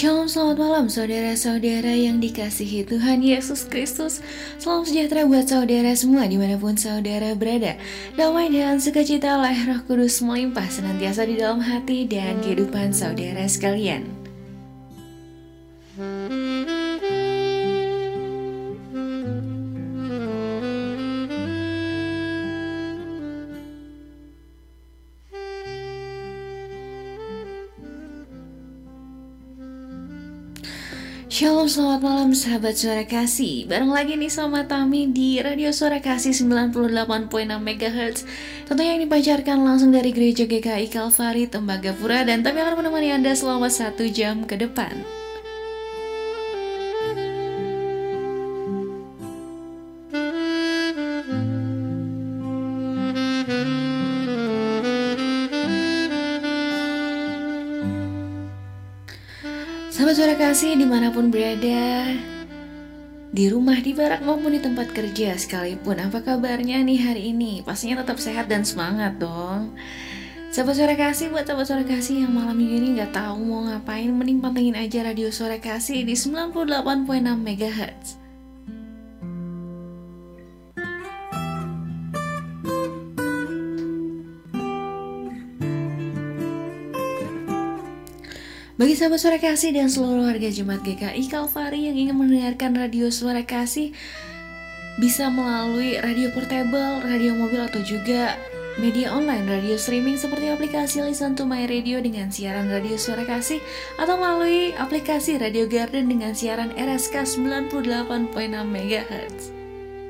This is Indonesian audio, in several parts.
Shalom, selamat malam saudara-saudara yang dikasihi Tuhan Yesus Kristus. Salam sejahtera buat saudara semua dimanapun saudara berada. Damai dan sukacita oleh Roh Kudus melimpah senantiasa di dalam hati dan kehidupan saudara sekalian. Shalom, selamat malam sahabat Suara Kasih. Bareng lagi nih sama Tami di Radio Suara Kasih 98.6 MHz. Tentunya yang dipancarkan langsung dari Gereja GKI Kalvari Tembagapura. Dan Tami akan menemani Anda selama 1 jam ke depan. Sahabat Suara Kasih dimanapun berada, di rumah, di barak maupun di tempat kerja sekalipun, apa kabarnya nih hari ini? Pastinya tetap sehat dan semangat dong. Sahabat Suara Kasih, buat sahabat Suara Kasih yang malam minggu ini gak tahu mau ngapain, mending pantengin aja Radio Suara Kasih di 98.6 MHz. Bagi sahabat Suara Kasih dan seluruh warga Jemaat GKI Kalvari yang ingin mendengarkan Radio Suara Kasih, bisa melalui radio portable, radio mobil, atau juga media online, radio streaming seperti aplikasi Listen to My Radio dengan siaran Radio Suara Kasih, atau melalui aplikasi Radio Garden dengan siaran RSK 98.6 MHz.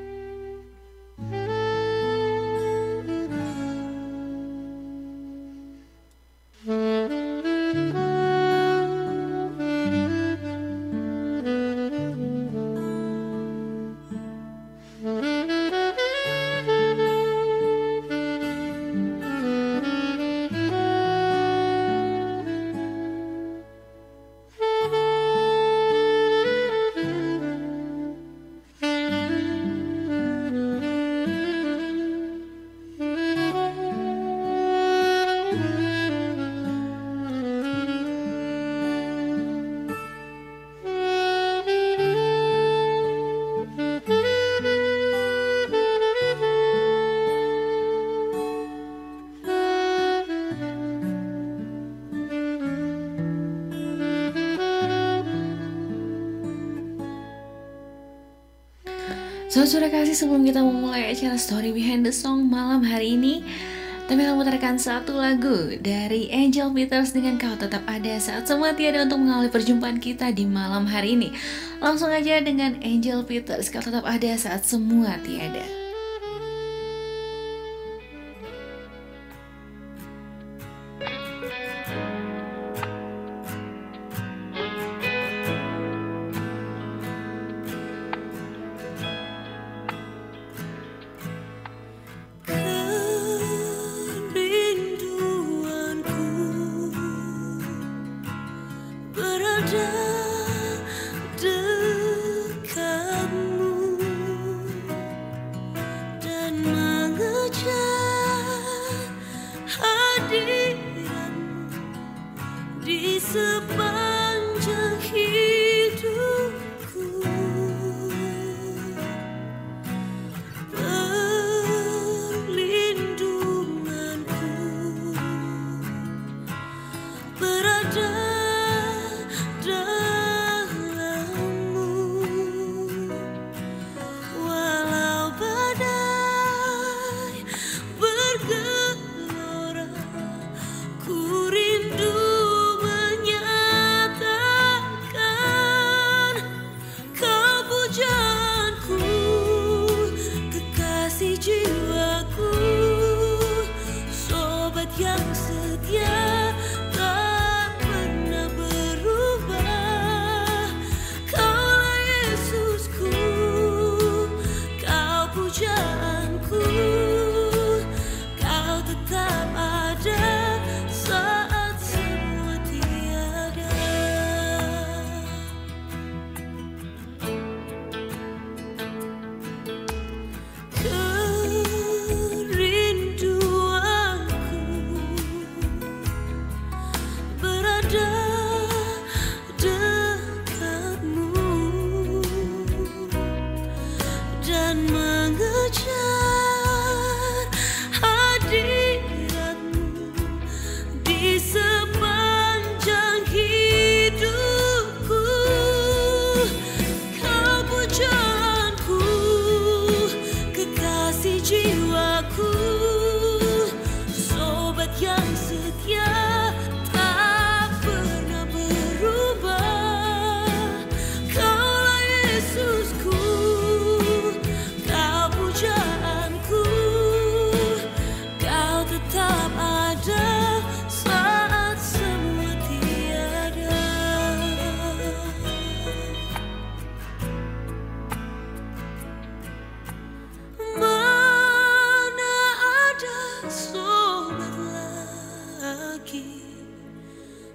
Saudara Kasih, sebelum kita memulai acara Story Behind the Song malam hari ini, kami akan memutarkan satu lagu dari Angel Peters dengan Kau Tetap Ada Saat Semua Tiada untuk mengawali perjumpaan kita di malam hari ini. Langsung aja dengan Angel Peters, Kau Tetap Ada Saat Semua Tiada.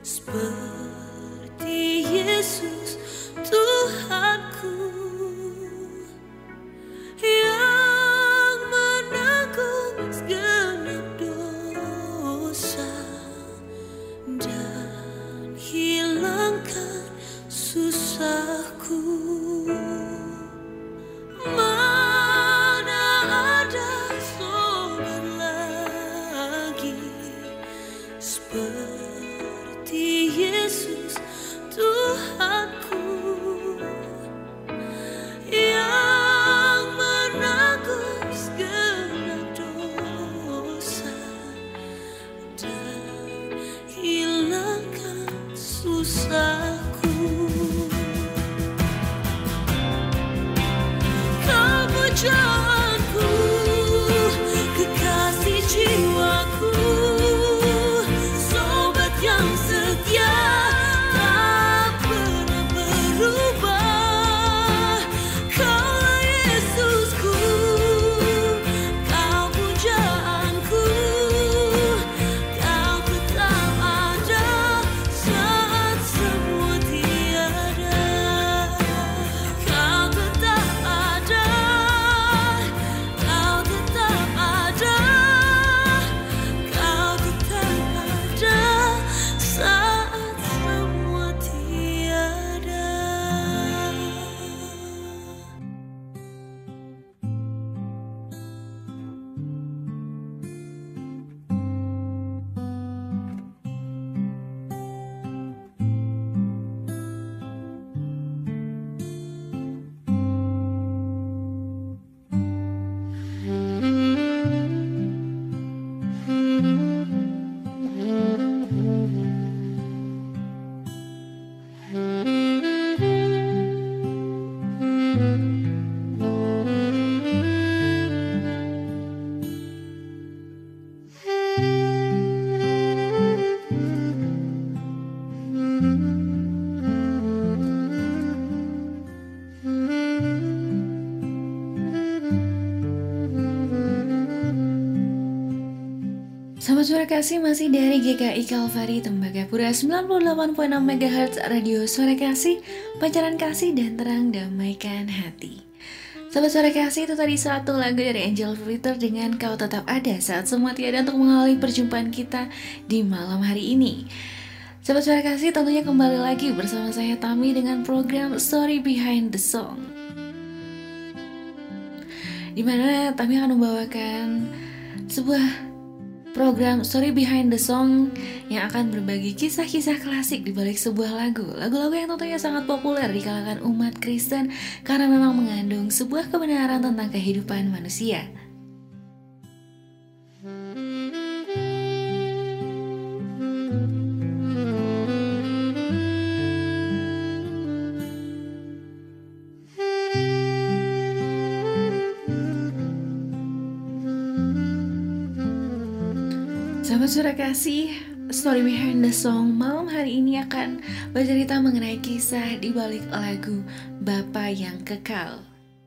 seperti Yesus Tuhanku yang menanggung segenap dosa dan hilangkan susahku. Mana ada sobat lagi seperti Yesus Tuhanku yang menanggung segenap dosa dan hilangkan susahku. Kau pujaanku, kekasih jiwaku, sobat yang setia, tak pernah berubah. Kaulah Yesusku, kau pujaanku, kau tetap ada saat semua tiada. Kau tetap ada, kau tetap ada, kau tetap ada saat semua tiada. Sahabat Suara Kasih, masih dari GKI Kalvari Tembagapura 98.6 MHz Radio Suara Kasih, pancaran kasih dan terang damaikan hati. Sahabat Suara Kasih, itu tadi satu lagu dari Angel Flitter dengan Kau Tetap Ada saat semua tiada, untuk mengawali perjumpaan kita di malam hari ini. Sahabat Suara Kasih, tentunya kembali lagi bersama saya Tami dengan program Story Behind the Song, dimana Tami akan membawakan sebuah program Story Behind the Song yang akan berbagi kisah-kisah klasik di balik sebuah lagu. Lagu-lagu yang tentunya sangat populer di kalangan umat Kristen karena memang mengandung sebuah kebenaran tentang kehidupan manusia. Sahabat Suara Kasih, Story Behind the Song malam hari ini akan bercerita mengenai kisah di balik lagu Bapa yang Kekal.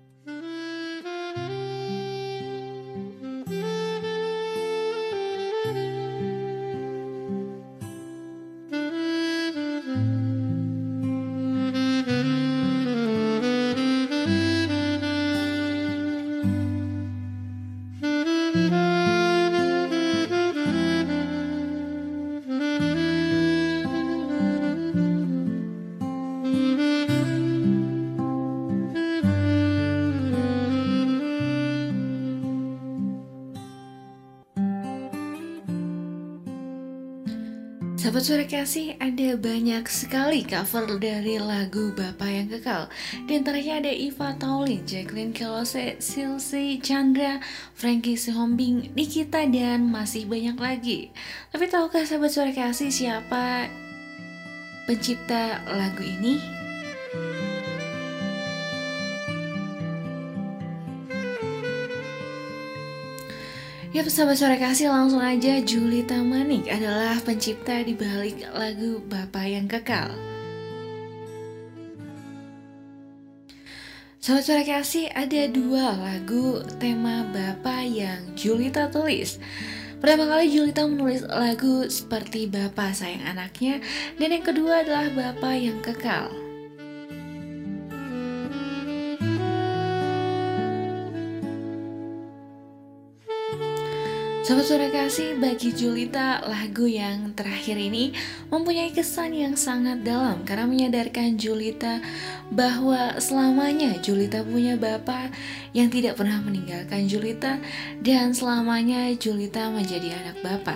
Sahabat Suara Kasih, ada banyak sekali cover dari lagu Bapa yang Kekal. Di antaranya ada Iva Taulin, Jacqueline Kelose, Silsi Chandra, Frankie Sihombing, Nikita, dan masih banyak lagi. Tapi tahukah sahabat Suara Kasih siapa pencipta lagu ini? Ya, sahabat Suara Kasih, langsung aja, Julita Manik adalah pencipta di balik lagu Bapa yang Kekal. Sahabat Suara Kasih, ada dua lagu tema Bapa yang Julita tulis. Pertama kali Julita menulis lagu seperti Bapa Sayang Anaknya, dan yang kedua adalah Bapa Yang Kekal. Sobat Suara Kasih, bagi Julita, lagu yang terakhir ini mempunyai kesan yang sangat dalam karena menyadarkan Julita bahwa selamanya Julita punya Bapa yang tidak pernah meninggalkan Julita, dan selamanya Julita menjadi anak Bapa.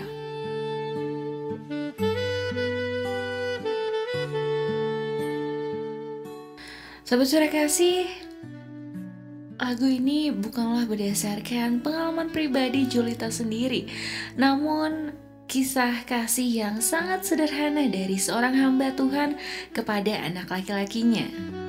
Sobat Suara Kasih, lagu ini bukanlah berdasarkan pengalaman pribadi Julita sendiri, namun kisah kasih yang sangat sederhana dari seorang hamba Tuhan kepada anak laki-lakinya.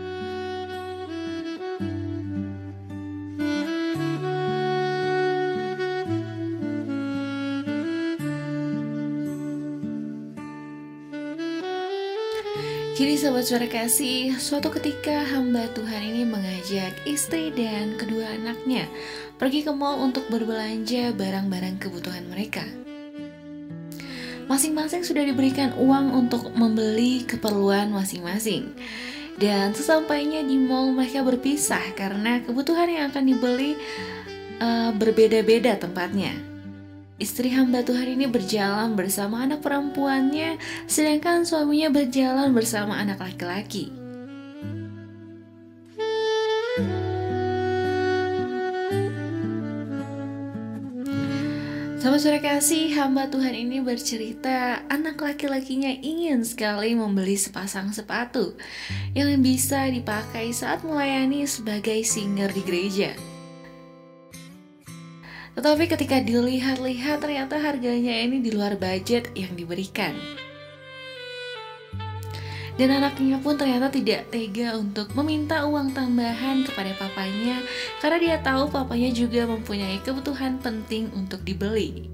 Jadi Sobat Suara Kasih, suatu ketika hamba Tuhan ini mengajak istri dan kedua anaknya pergi ke mall untuk berbelanja barang-barang kebutuhan mereka. Masing-masing sudah diberikan uang untuk membeli keperluan masing-masing. Dan sesampainya di mall mereka berpisah karena kebutuhan yang akan dibeli berbeda-beda tempatnya. Istri hamba Tuhan ini berjalan bersama anak perempuannya, sedangkan suaminya berjalan bersama anak laki-laki. Sobat Suara Kasih, hamba Tuhan ini bercerita anak laki-lakinya ingin sekali membeli sepasang sepatu yang bisa dipakai saat melayani sebagai singer di gereja. Tetapi ketika dilihat-lihat ternyata harganya ini di luar budget yang diberikan. Dan anaknya pun ternyata tidak tega untuk meminta uang tambahan kepada papanya karena dia tahu papanya juga mempunyai kebutuhan penting untuk dibeli.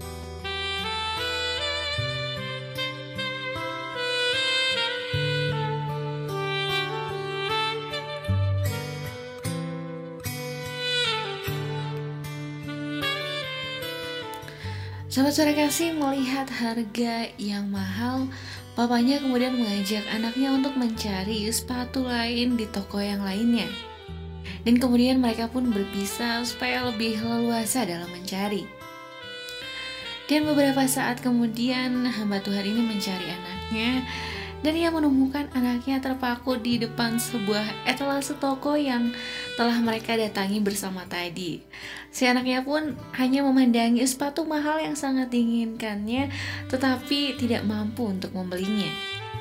Sobat Suara Kasih, melihat harga yang mahal, papanya kemudian mengajak anaknya untuk mencari sepatu lain di toko yang lainnya. Dan kemudian mereka pun berpisah supaya lebih leluasa dalam mencari. Dan beberapa saat kemudian hamba Tuhan ini mencari anaknya, dan ia menemukan anaknya terpaku di depan sebuah etalase toko yang telah mereka datangi bersama tadi. Si anaknya pun hanya memandangi sepatu mahal yang sangat diinginkannya, tetapi tidak mampu untuk membelinya.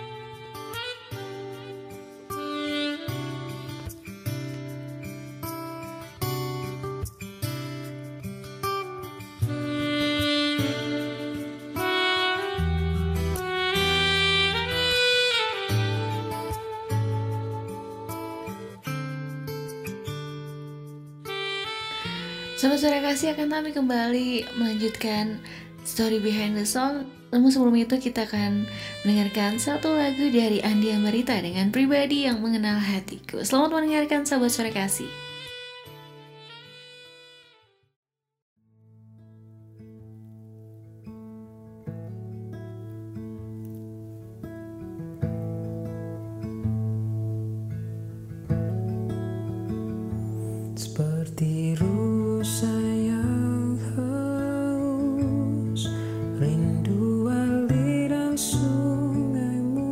Sobat Suara Kasih, akan kami kembali melanjutkan story behind the song. Namun sebelum itu kita akan mendengarkan satu lagu dari Andi Ambarita dengan Pribadi Yang Mengenal Hatiku. Selamat mendengarkan Sobat Suara Kasih. Seperti rusa yang haus, rindu aliran sungaimu.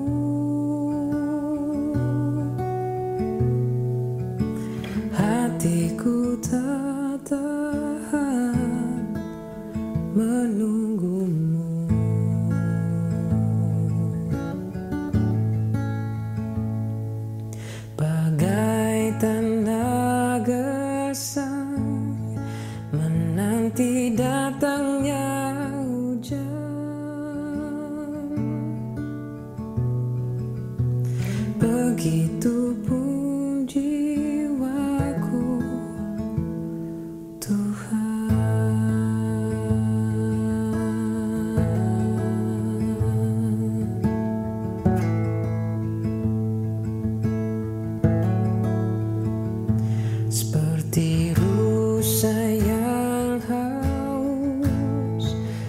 Hatiku tak tahan menunggumu. Bagai tanda gesang menanti datangnya hujan, begitu pun jiwaku, Tuhan. Seperti rusa yang haus,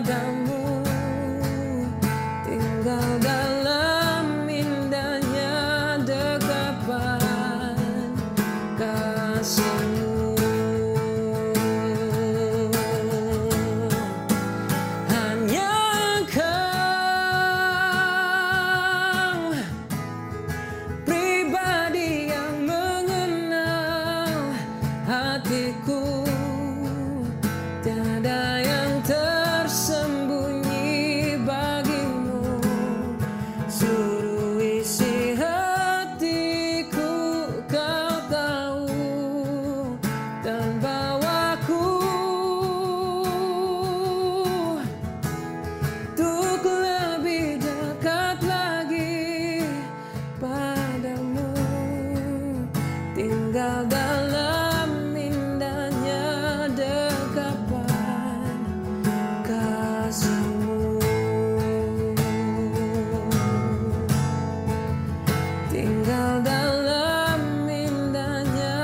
padamu, tinggal dalam indahnya dekapan kasih-Mu. Hanya Engkau pribadi yang mengenal hatiku, tiada yang tersembunyi bagimu. Seluruh isi hatiku Kau tahu, dan bawaku untuk lebih dekat lagi padamu, tinggal dalam indahnya dekapan kasih-Mu. Tinggal dalam indahnya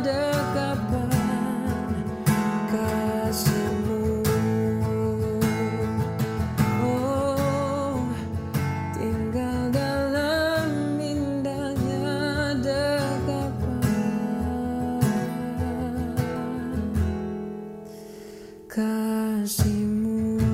dekapan kasih-Mu. Oh, tinggal dalam indahnya dekapan kasih-Mu.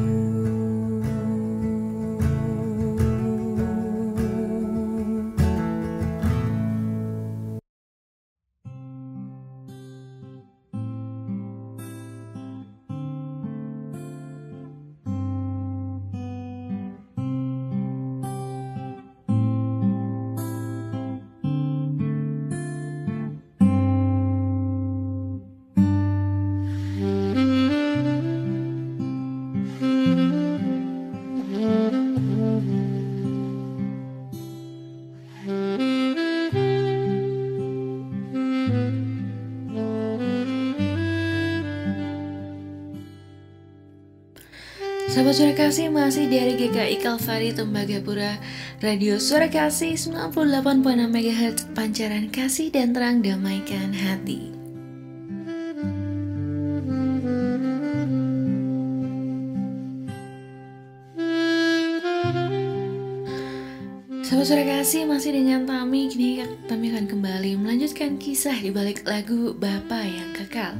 Sahabat Suara Kasih, masih dari GKI Kalvari Tembagapura, Radio Suara Kasih 98.6 MHz, pancaran kasih dan terang damaikan hati. Sahabat Suara Kasih, masih dengan Tami. Kini Tami akan kembali melanjutkan kisah di balik lagu Bapa yang Kekal.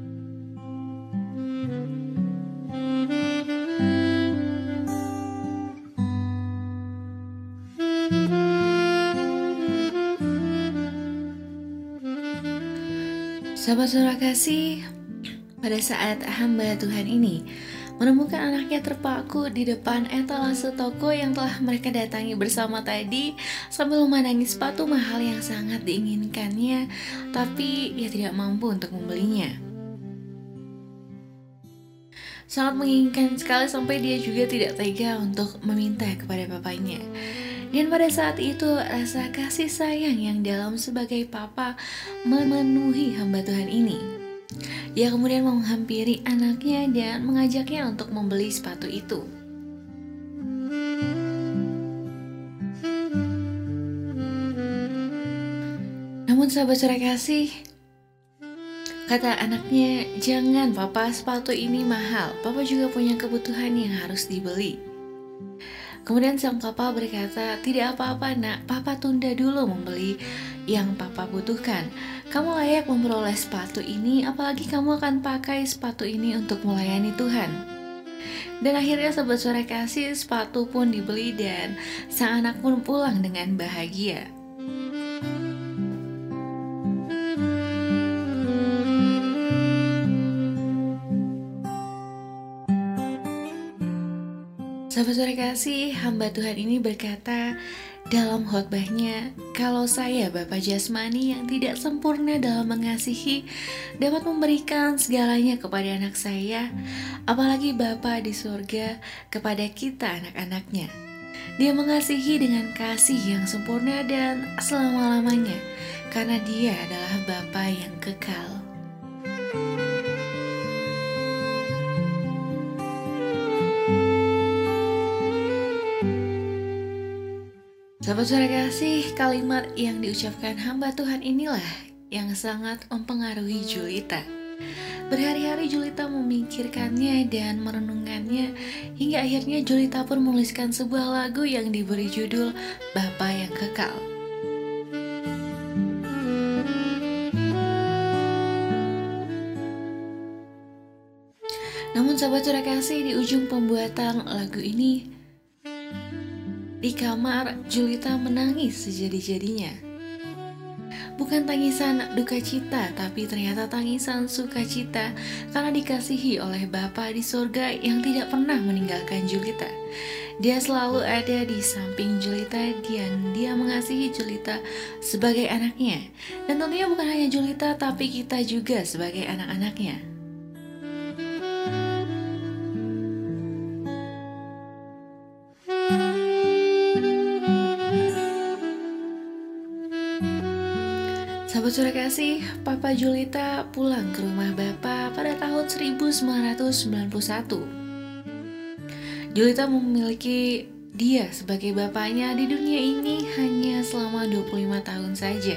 Sahabat Suara Kasih, pada saat hamba Tuhan ini menemukan anaknya terpaku di depan etalase toko yang telah mereka datangi bersama tadi, sambil memandangi sepatu mahal yang sangat diinginkannya, tapi ia tidak mampu untuk membelinya. Sangat menginginkan sekali sampai dia juga tidak tega untuk meminta kepada bapaknya. Dan pada saat itu rasa kasih sayang yang dalam sebagai papa memenuhi hamba Tuhan ini. Ia kemudian menghampiri anaknya dan mengajaknya untuk membeli sepatu itu. Namun sahabat Suara Kasih, kata anaknya, "Jangan papa, sepatu ini mahal. Papa juga punya kebutuhan yang harus dibeli." Kemudian sang papa berkata, "Tidak apa-apa nak, papa tunda dulu membeli yang papa butuhkan. Kamu layak memperoleh sepatu ini, apalagi kamu akan pakai sepatu ini untuk melayani Tuhan." Dan akhirnya sahabat Suara Kasih, sepatu pun dibeli dan sang anak pun pulang dengan bahagia. Sahabat Suara Kasih, hamba Tuhan ini berkata dalam khotbahnya, "Kalau saya Bapa jasmani yang tidak sempurna dalam mengasihi dapat memberikan segalanya kepada anak saya, apalagi Bapa di surga kepada kita anak-anaknya. Dia mengasihi dengan kasih yang sempurna dan selama-lamanya, karena Dia adalah Bapa yang kekal." Sahabat Suara Kasih, kalimat yang diucapkan hamba Tuhan inilah yang sangat mempengaruhi Julita. Berhari-hari Julita memikirkannya dan merenungkannya, hingga akhirnya Julita pun menuliskan sebuah lagu yang diberi judul Bapa yang Kekal. Namun sahabat Surya Kasih, di ujung pembuatan lagu ini, di kamar Julita menangis sejadi-jadinya. Bukan tangisan duka cita, tapi ternyata tangisan sukacita karena dikasihi oleh Bapa di surga yang tidak pernah meninggalkan Julita. Dia selalu ada di samping Julita dan dia mengasihi Julita sebagai anaknya. Dan tentunya bukan hanya Julita, tapi kita juga sebagai anak-anaknya. Sahabat Surya Kasih, Papa Julita pulang ke rumah Bapa pada tahun 1991. Julita memiliki dia sebagai bapaknya di dunia ini hanya selama 25 tahun saja.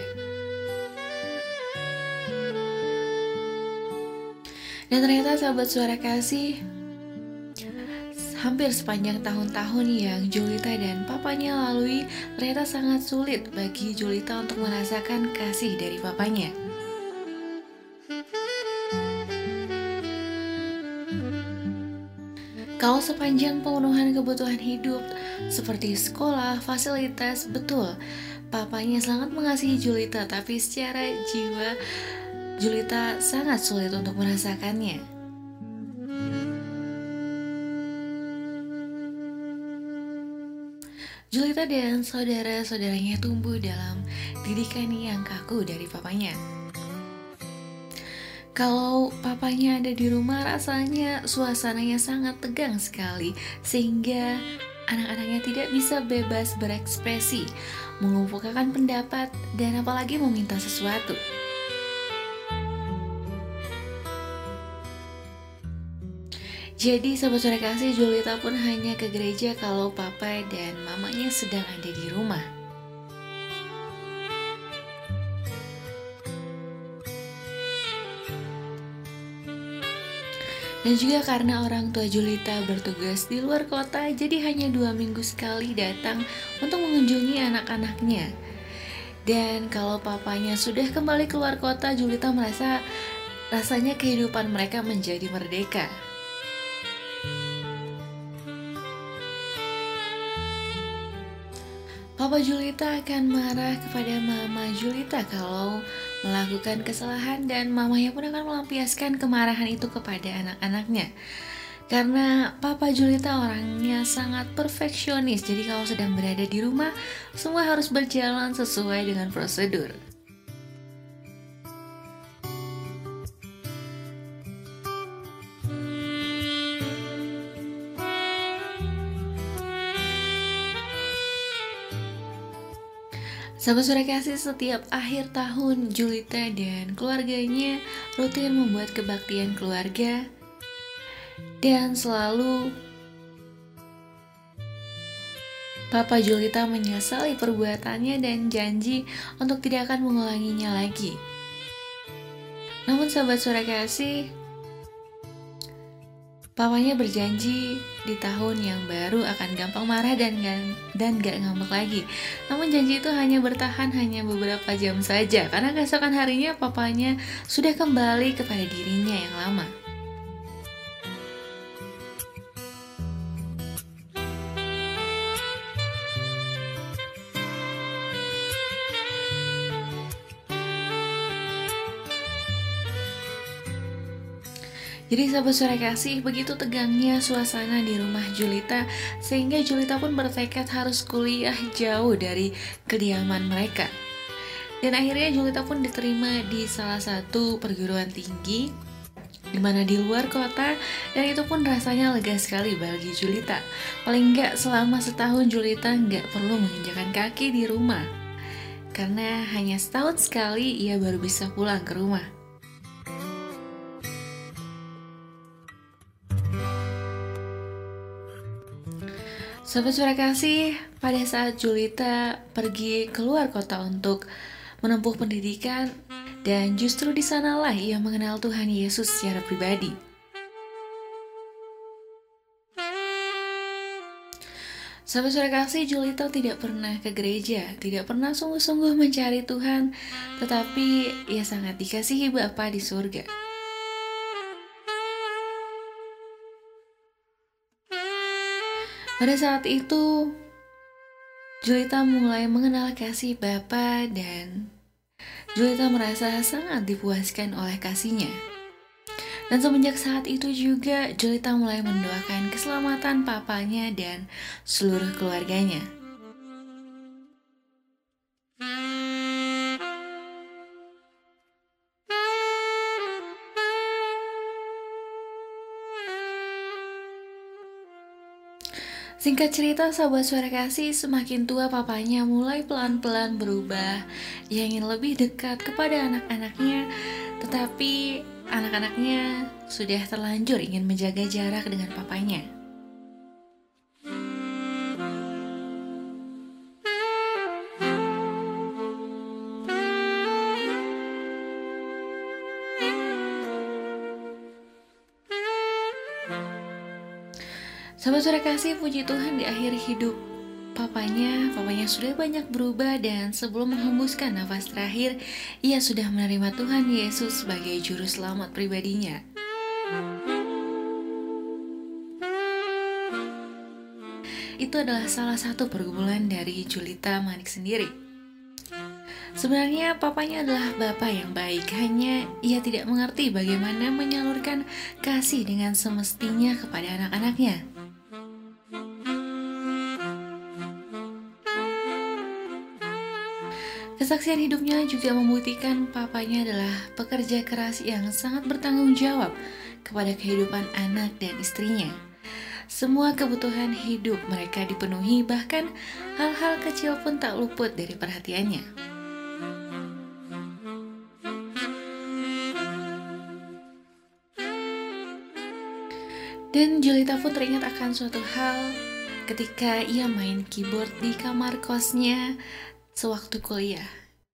Dan ternyata sahabat Surya Kasih, hampir sepanjang tahun-tahun yang Julita dan papanya lalui, ternyata sangat sulit bagi Julita untuk merasakan kasih dari papanya. Kalau sepanjang pemenuhan kebutuhan hidup seperti sekolah, fasilitas, betul, papanya sangat mengasihi Julita, tapi secara jiwa Julita sangat sulit untuk merasakannya. Julita dan saudara-saudaranya tumbuh dalam didikan yang kaku dari papanya. Kalau papanya ada di rumah, rasanya suasananya sangat tegang sekali, sehingga anak-anaknya tidak bisa bebas berekspresi, mengumpulkan pendapat, dan apalagi meminta sesuatu. Jadi sahabat Surya Kasih, Julita pun hanya ke gereja kalau papa dan mamanya sedang ada di rumah. Dan juga karena orang tua Julita bertugas di luar kota, jadi hanya 2 minggu sekali datang untuk mengunjungi anak-anaknya. Dan kalau papanya sudah kembali keluar kota, Julita merasa rasanya kehidupan mereka menjadi merdeka. Papa Julita akan marah kepada Mama Julita kalau melakukan kesalahan, dan mamanya pun akan melampiaskan kemarahan itu kepada anak-anaknya. Karena Papa Julita orangnya sangat perfeksionis, jadi kalau sedang berada di rumah, semua harus berjalan sesuai dengan prosedur. Sahabat Surya Kasih, setiap akhir tahun Julita dan keluarganya rutin membuat kebaktian keluarga, dan selalu Papa Julita menyesali perbuatannya dan janji untuk tidak akan mengulanginya lagi. Namun sahabat Surya Kasih, papanya berjanji di tahun yang baru akan gampang marah dan gak ngambek lagi. Namun janji itu hanya bertahan hanya beberapa jam saja, karena keesokan harinya papanya sudah kembali kepada dirinya yang lama. Jadi sahabat Surya Kasih, begitu tegangnya suasana di rumah Julita, sehingga Julita pun bertekad harus kuliah jauh dari kediaman mereka. Dan akhirnya Julita pun diterima di salah satu perguruan tinggi, di mana di luar kota, dan itu pun rasanya lega sekali bagi Julita. Paling enggak selama setahun Julita enggak perlu menginjakan kaki di rumah, karena hanya setahun sekali ia baru bisa pulang ke rumah. Sahabat Surya Kasih, pada saat Julita pergi keluar kota untuk menempuh pendidikan, Dan justru di sanalah ia mengenal Tuhan Yesus secara pribadi. Sahabat Suara Kasih, Julita tidak pernah ke gereja, tidak pernah sungguh-sungguh mencari Tuhan, tetapi ia sangat dikasihi Bapa di surga. Pada saat itu, Julita mulai mengenal kasih Bapa dan Julita merasa sangat dipuaskan oleh kasihnya. Dan semenjak saat itu juga Julita mulai mendoakan keselamatan papanya dan seluruh keluarganya. Singkat cerita, sahabat Suara Kasih, semakin tua papanya mulai pelan-pelan berubah. Ia ingin lebih dekat kepada anak-anaknya, tetapi anak-anaknya sudah terlanjur ingin menjaga jarak dengan papanya. Sahabat Suara Kasih, puji Tuhan, di akhir hidup papanya sudah banyak berubah, dan sebelum menghembuskan nafas terakhir, ia sudah menerima Tuhan Yesus sebagai juru selamat pribadinya. Itu adalah salah satu pergumulan dari Julita Manik sendiri. Sebenarnya papanya adalah bapak yang baik, hanya ia tidak mengerti bagaimana menyalurkan kasih dengan semestinya kepada anak-anaknya. Kesaksian hidupnya juga membuktikan papanya adalah pekerja keras yang sangat bertanggung jawab kepada kehidupan anak dan istrinya. Semua kebutuhan hidup mereka dipenuhi, bahkan hal-hal kecil pun tak luput dari perhatiannya. Dan Julita pun teringat akan suatu hal ketika ia main keyboard di kamar kosnya sewaktu kuliah.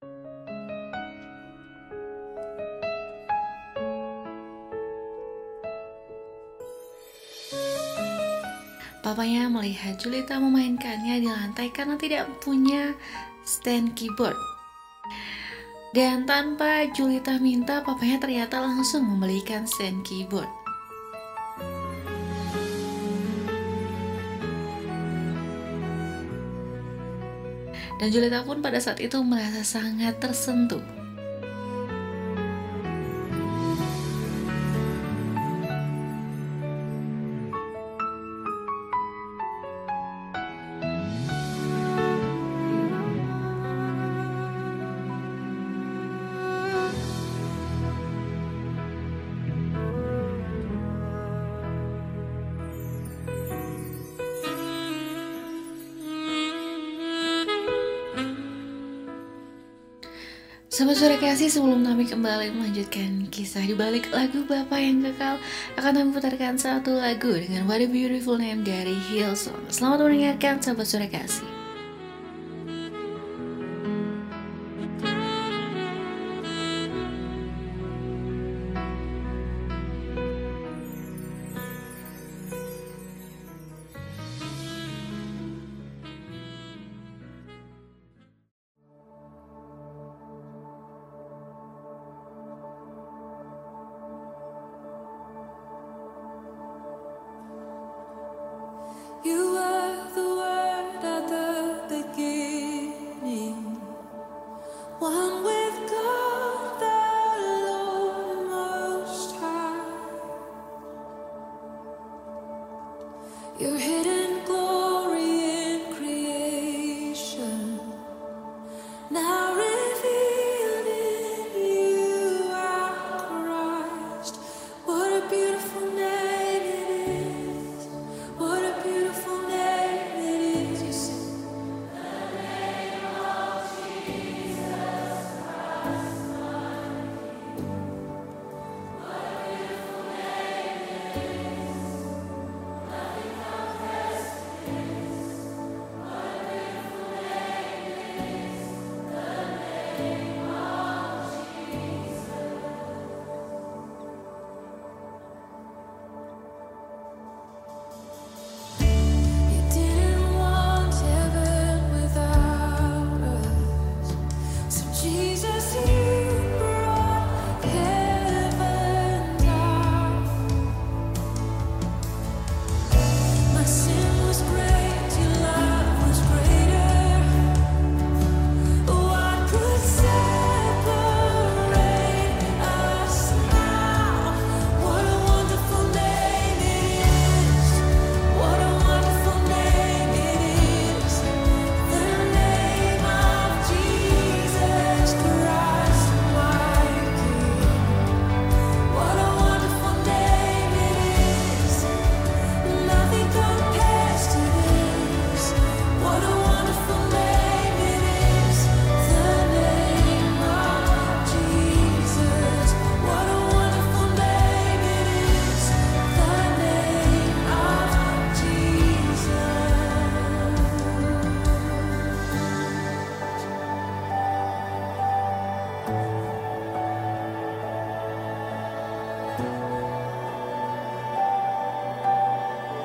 Papanya melihat Julita memainkannya di lantai karena tidak punya stand keyboard. Dan tanpa Julita minta, papanya ternyata langsung membelikan stand keyboard. Dan Julita pun pada saat itu merasa sangat tersentuh. Sahabat Suara Kasih, sebelum kami kembali melanjutkan kisah di balik lagu Bapa yang Kekal, akan kami putarkan satu lagu dengan What a Beautiful Name dari Hillsong. Selamat mendengarkan, sahabat Suara Kasih. You were the word at the beginning, one with God the Lord Most High. Your hidden glory in creation, now revealed in you, our Christ. What a beautiful name it is! What a beautiful name it is! You sing.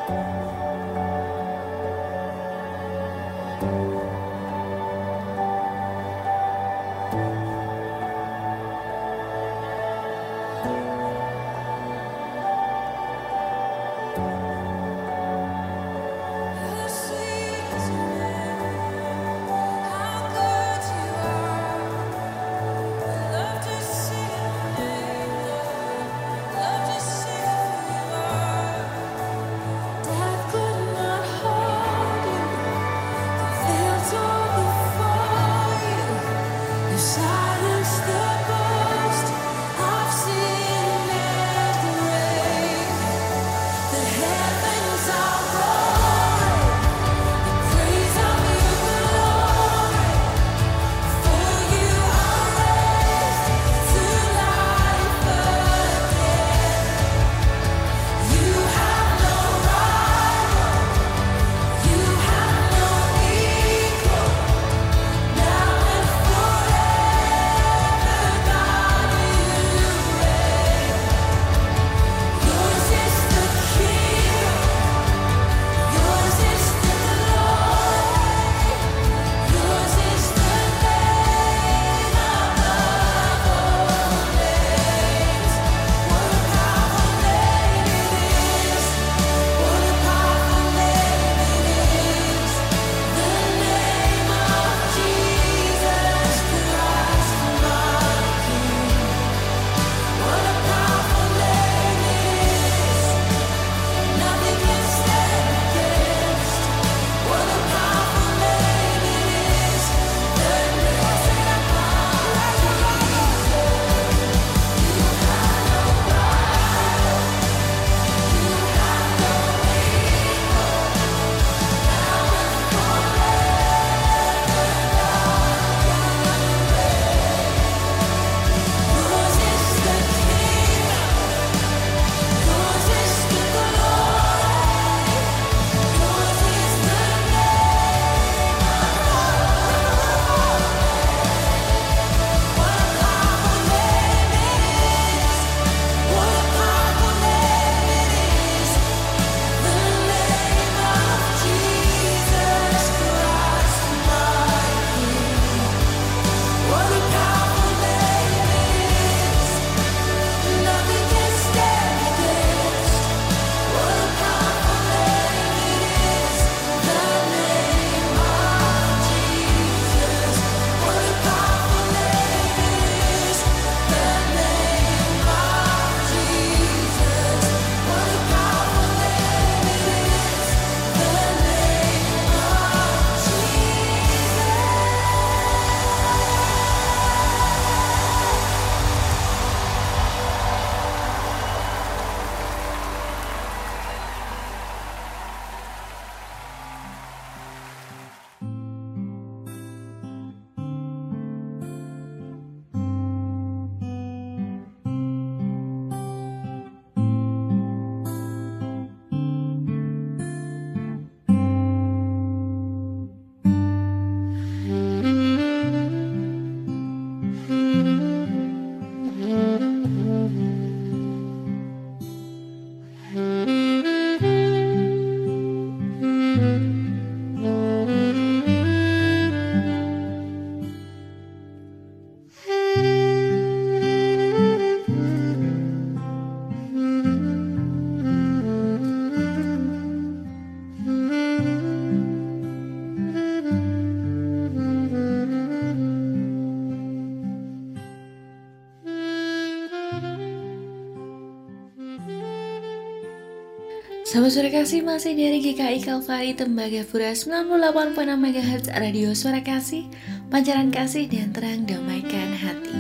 Sahabat Suara Kasih, masih dari GKI Kalvari Tembagapura 98.6 MHz Radio Suara Kasih, pancaran kasih dan terang damaikan hati.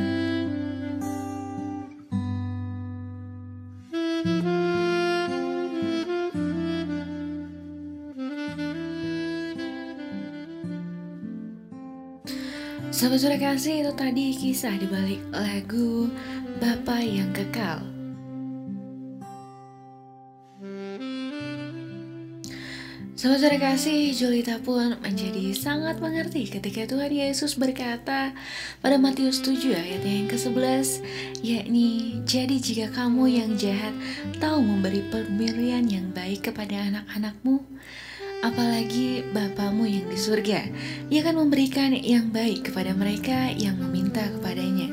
Sahabat Suara Kasih, itu tadi kisah dibalik lagu Bapa yang Kekal. Sahabat suara kasih, Julita pun menjadi sangat mengerti ketika Tuhan Yesus berkata pada Matius 7 ayatnya yang ke-11, yakni, jadi jika kamu yang jahat tahu memberi pemberian yang baik kepada anak-anakmu, apalagi Bapamu yang di surga, Ia akan memberikan yang baik kepada mereka yang meminta kepadanya.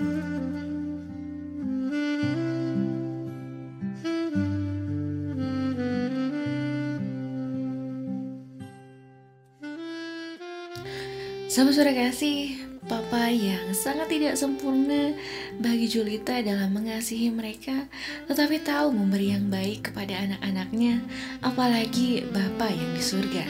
Sahabat suara kasih, Papa yang sangat tidak sempurna bagi Julita dalam mengasihi mereka, tetapi tahu memberi yang baik kepada anak-anaknya, apalagi Bapa yang di surga.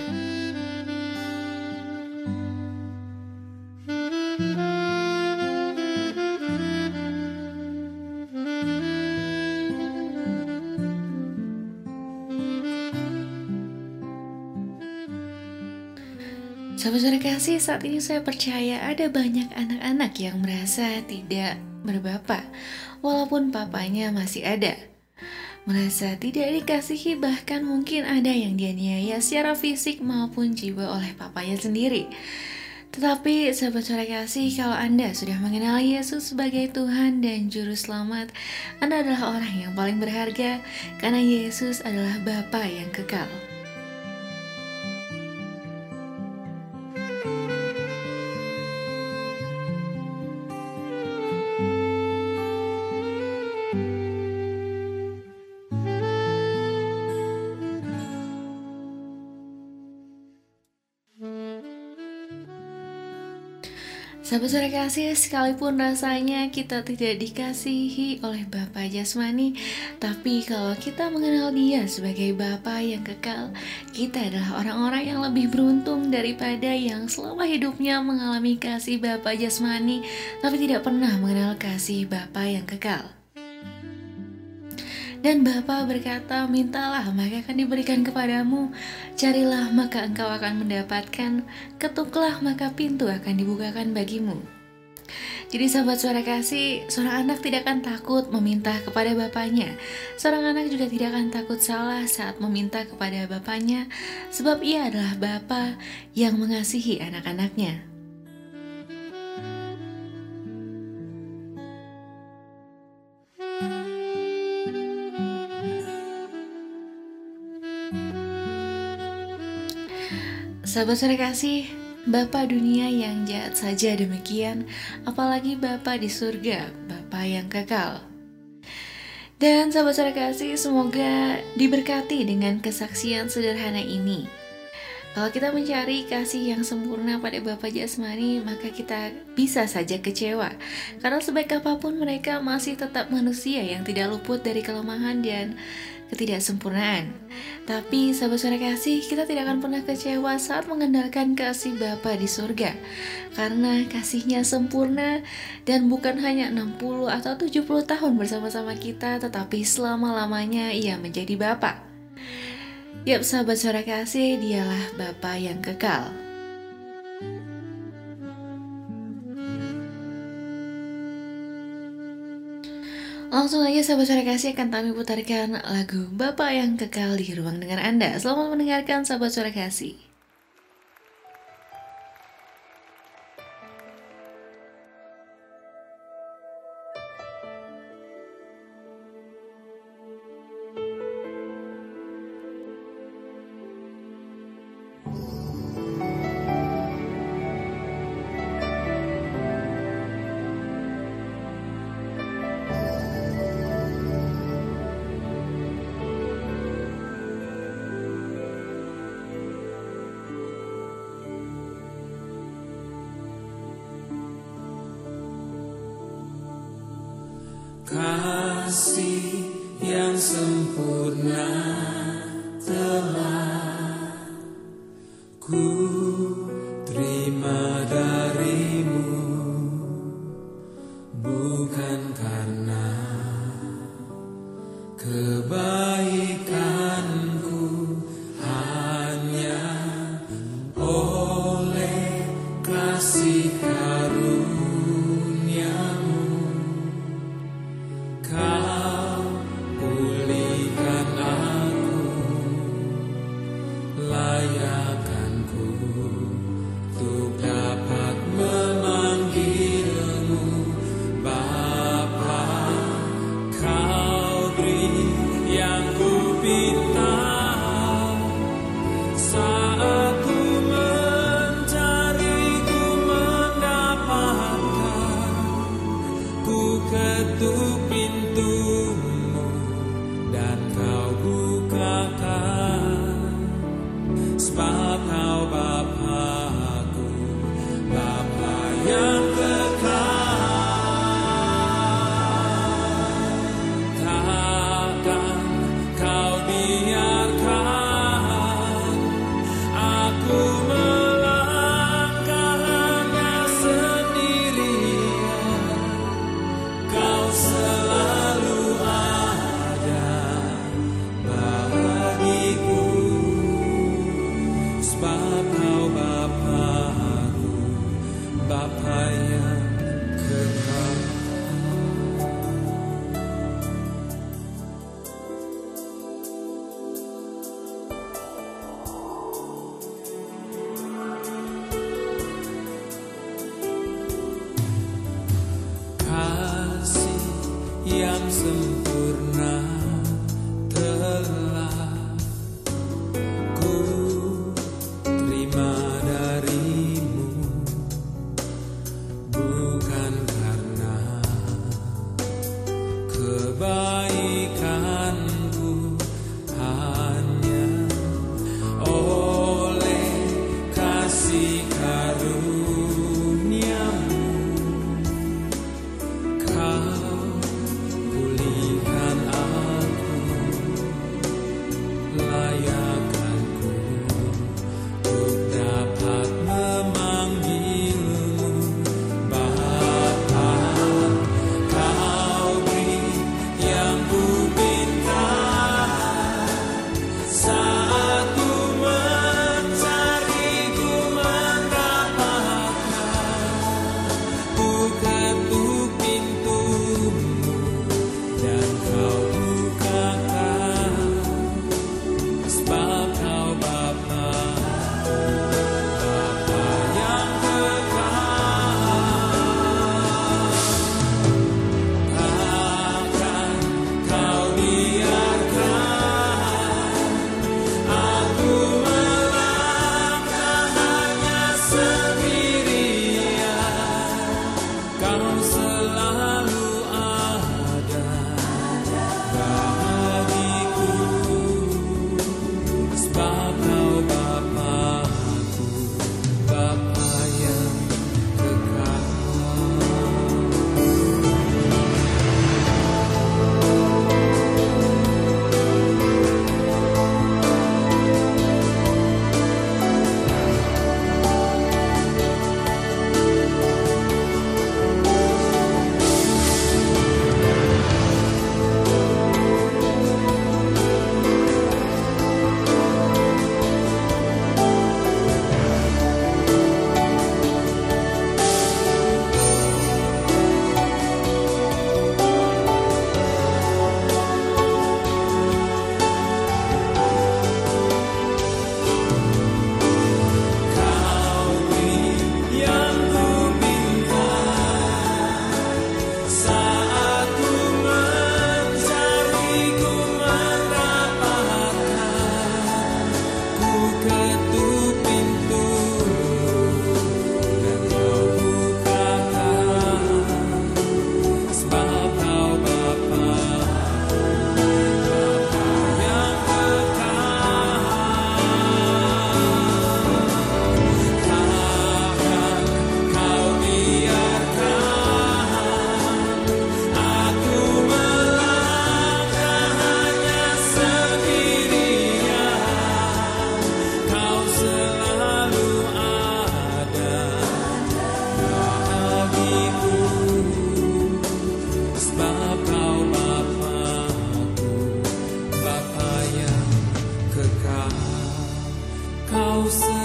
Sahabat suara kasih, saat ini saya percaya ada banyak anak-anak yang merasa tidak berbapa, walaupun papanya masih ada. Merasa tidak dikasihi, bahkan mungkin ada yang dianiaya secara fisik maupun jiwa oleh papanya sendiri. Tetapi sahabat suara kasih, kalau Anda sudah mengenal Yesus sebagai Tuhan dan Juru Selamat, Anda adalah orang yang paling berharga, karena Yesus adalah Bapa yang kekal. Sahabat suara kasih, sekalipun rasanya kita tidak dikasihi oleh Bapa jasmani, tapi kalau kita mengenal Dia sebagai Bapa yang kekal, kita adalah orang-orang yang lebih beruntung daripada yang selama hidupnya mengalami kasih Bapa jasmani, tapi tidak pernah mengenal kasih Bapa yang kekal. Dan Bapa berkata, mintalah maka akan diberikan kepadamu, carilah maka engkau akan mendapatkan, ketuklah maka pintu akan dibukakan bagimu. Jadi sahabat suara kasih, seorang anak tidak akan takut meminta kepada bapaknya. Seorang anak juga tidak akan takut salah saat meminta kepada bapaknya, sebab ia adalah Bapa yang mengasihi anak-anaknya. Sahabat suara kasih, Bapa dunia yang jahat saja demikian, apalagi Bapa di surga, Bapa yang kekal. Dan sahabat suara kasih, semoga diberkati dengan kesaksian sederhana ini. Kalau kita mencari kasih yang sempurna pada Bapa jasmani, maka kita bisa saja kecewa. Karena sebaik apapun mereka masih tetap manusia yang tidak luput dari kelemahan dan ketidaksempurnaan. Tapi sahabat suara kasih, kita tidak akan pernah kecewa saat mengandalkan kasih Bapa di surga, karena kasihnya sempurna dan bukan hanya 60 atau 70 tahun bersama-sama kita, tetapi selama-lamanya Ia menjadi Bapa. Yap sahabat suara kasih, Dialah Bapa yang kekal. Langsung aja sahabat suara kasih, akan kami putarkan lagu Bapa yang kekal di ruang dengar Anda. Selamat mendengarkan sahabat suara kasih. Kasih yang sempurna telah ku terima darimu, bukan karena kebaikanku, hanya oleh kasih karuniamu. Kau pulihkan aku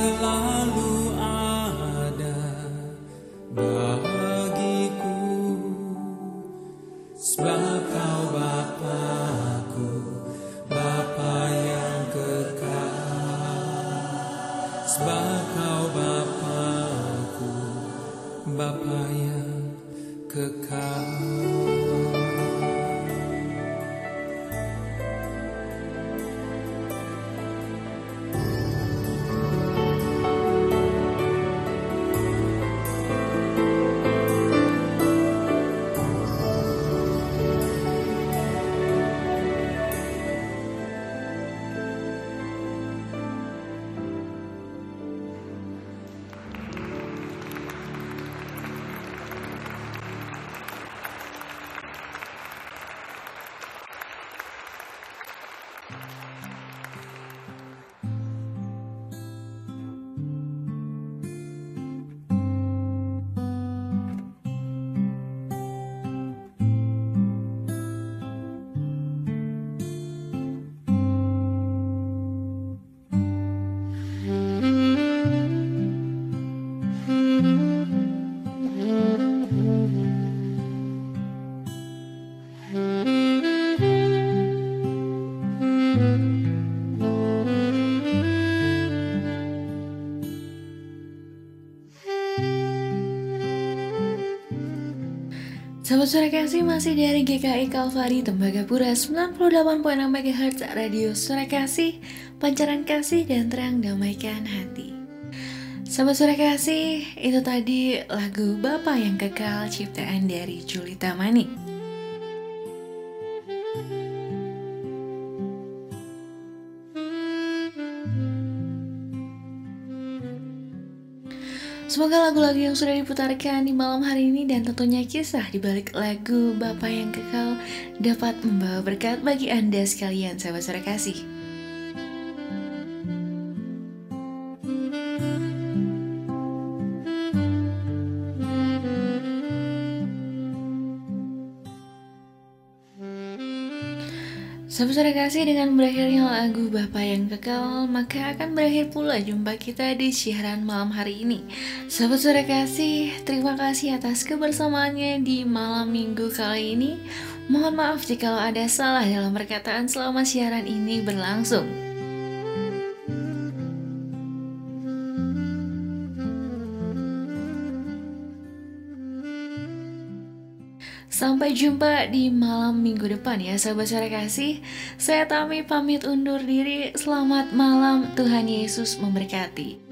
selalu ada bagiku, sebab Kau Bapa-Ku, Bapa yang kekal. Sebab Kau Bapa-Ku, Bapa yang kekal. Sahabat Suara Kasih, masih dari GKI Kalvari Tembagapura 98.6 MHz Radio Suara Kasih, pancaran kasih dan terang damaikan hati. Sahabat Suara Kasih, itu tadi lagu Bapa yang Kekal ciptaan dari Julita Mani. Semoga lagu-lagu yang sudah diputarkan di malam hari ini dan tentunya kisah di balik lagu Bapa yang Kekal dapat membawa berkat bagi Anda sekalian, sahabat Suara Kasih. Sahabat Suara Kasih, dengan berakhirnya lagu Bapa yang Kekal, maka akan berakhir pula jumpa kita di siaran malam hari ini. Sahabat Suara Kasih, terima kasih atas kebersamaannya di malam minggu kali ini. Mohon maaf jika ada salah dalam perkataan selama siaran ini berlangsung. Sampai jumpa di malam minggu depan ya sahabat Suara Kasih. Saya Tami pamit undur diri. Selamat malam, Tuhan Yesus memberkati.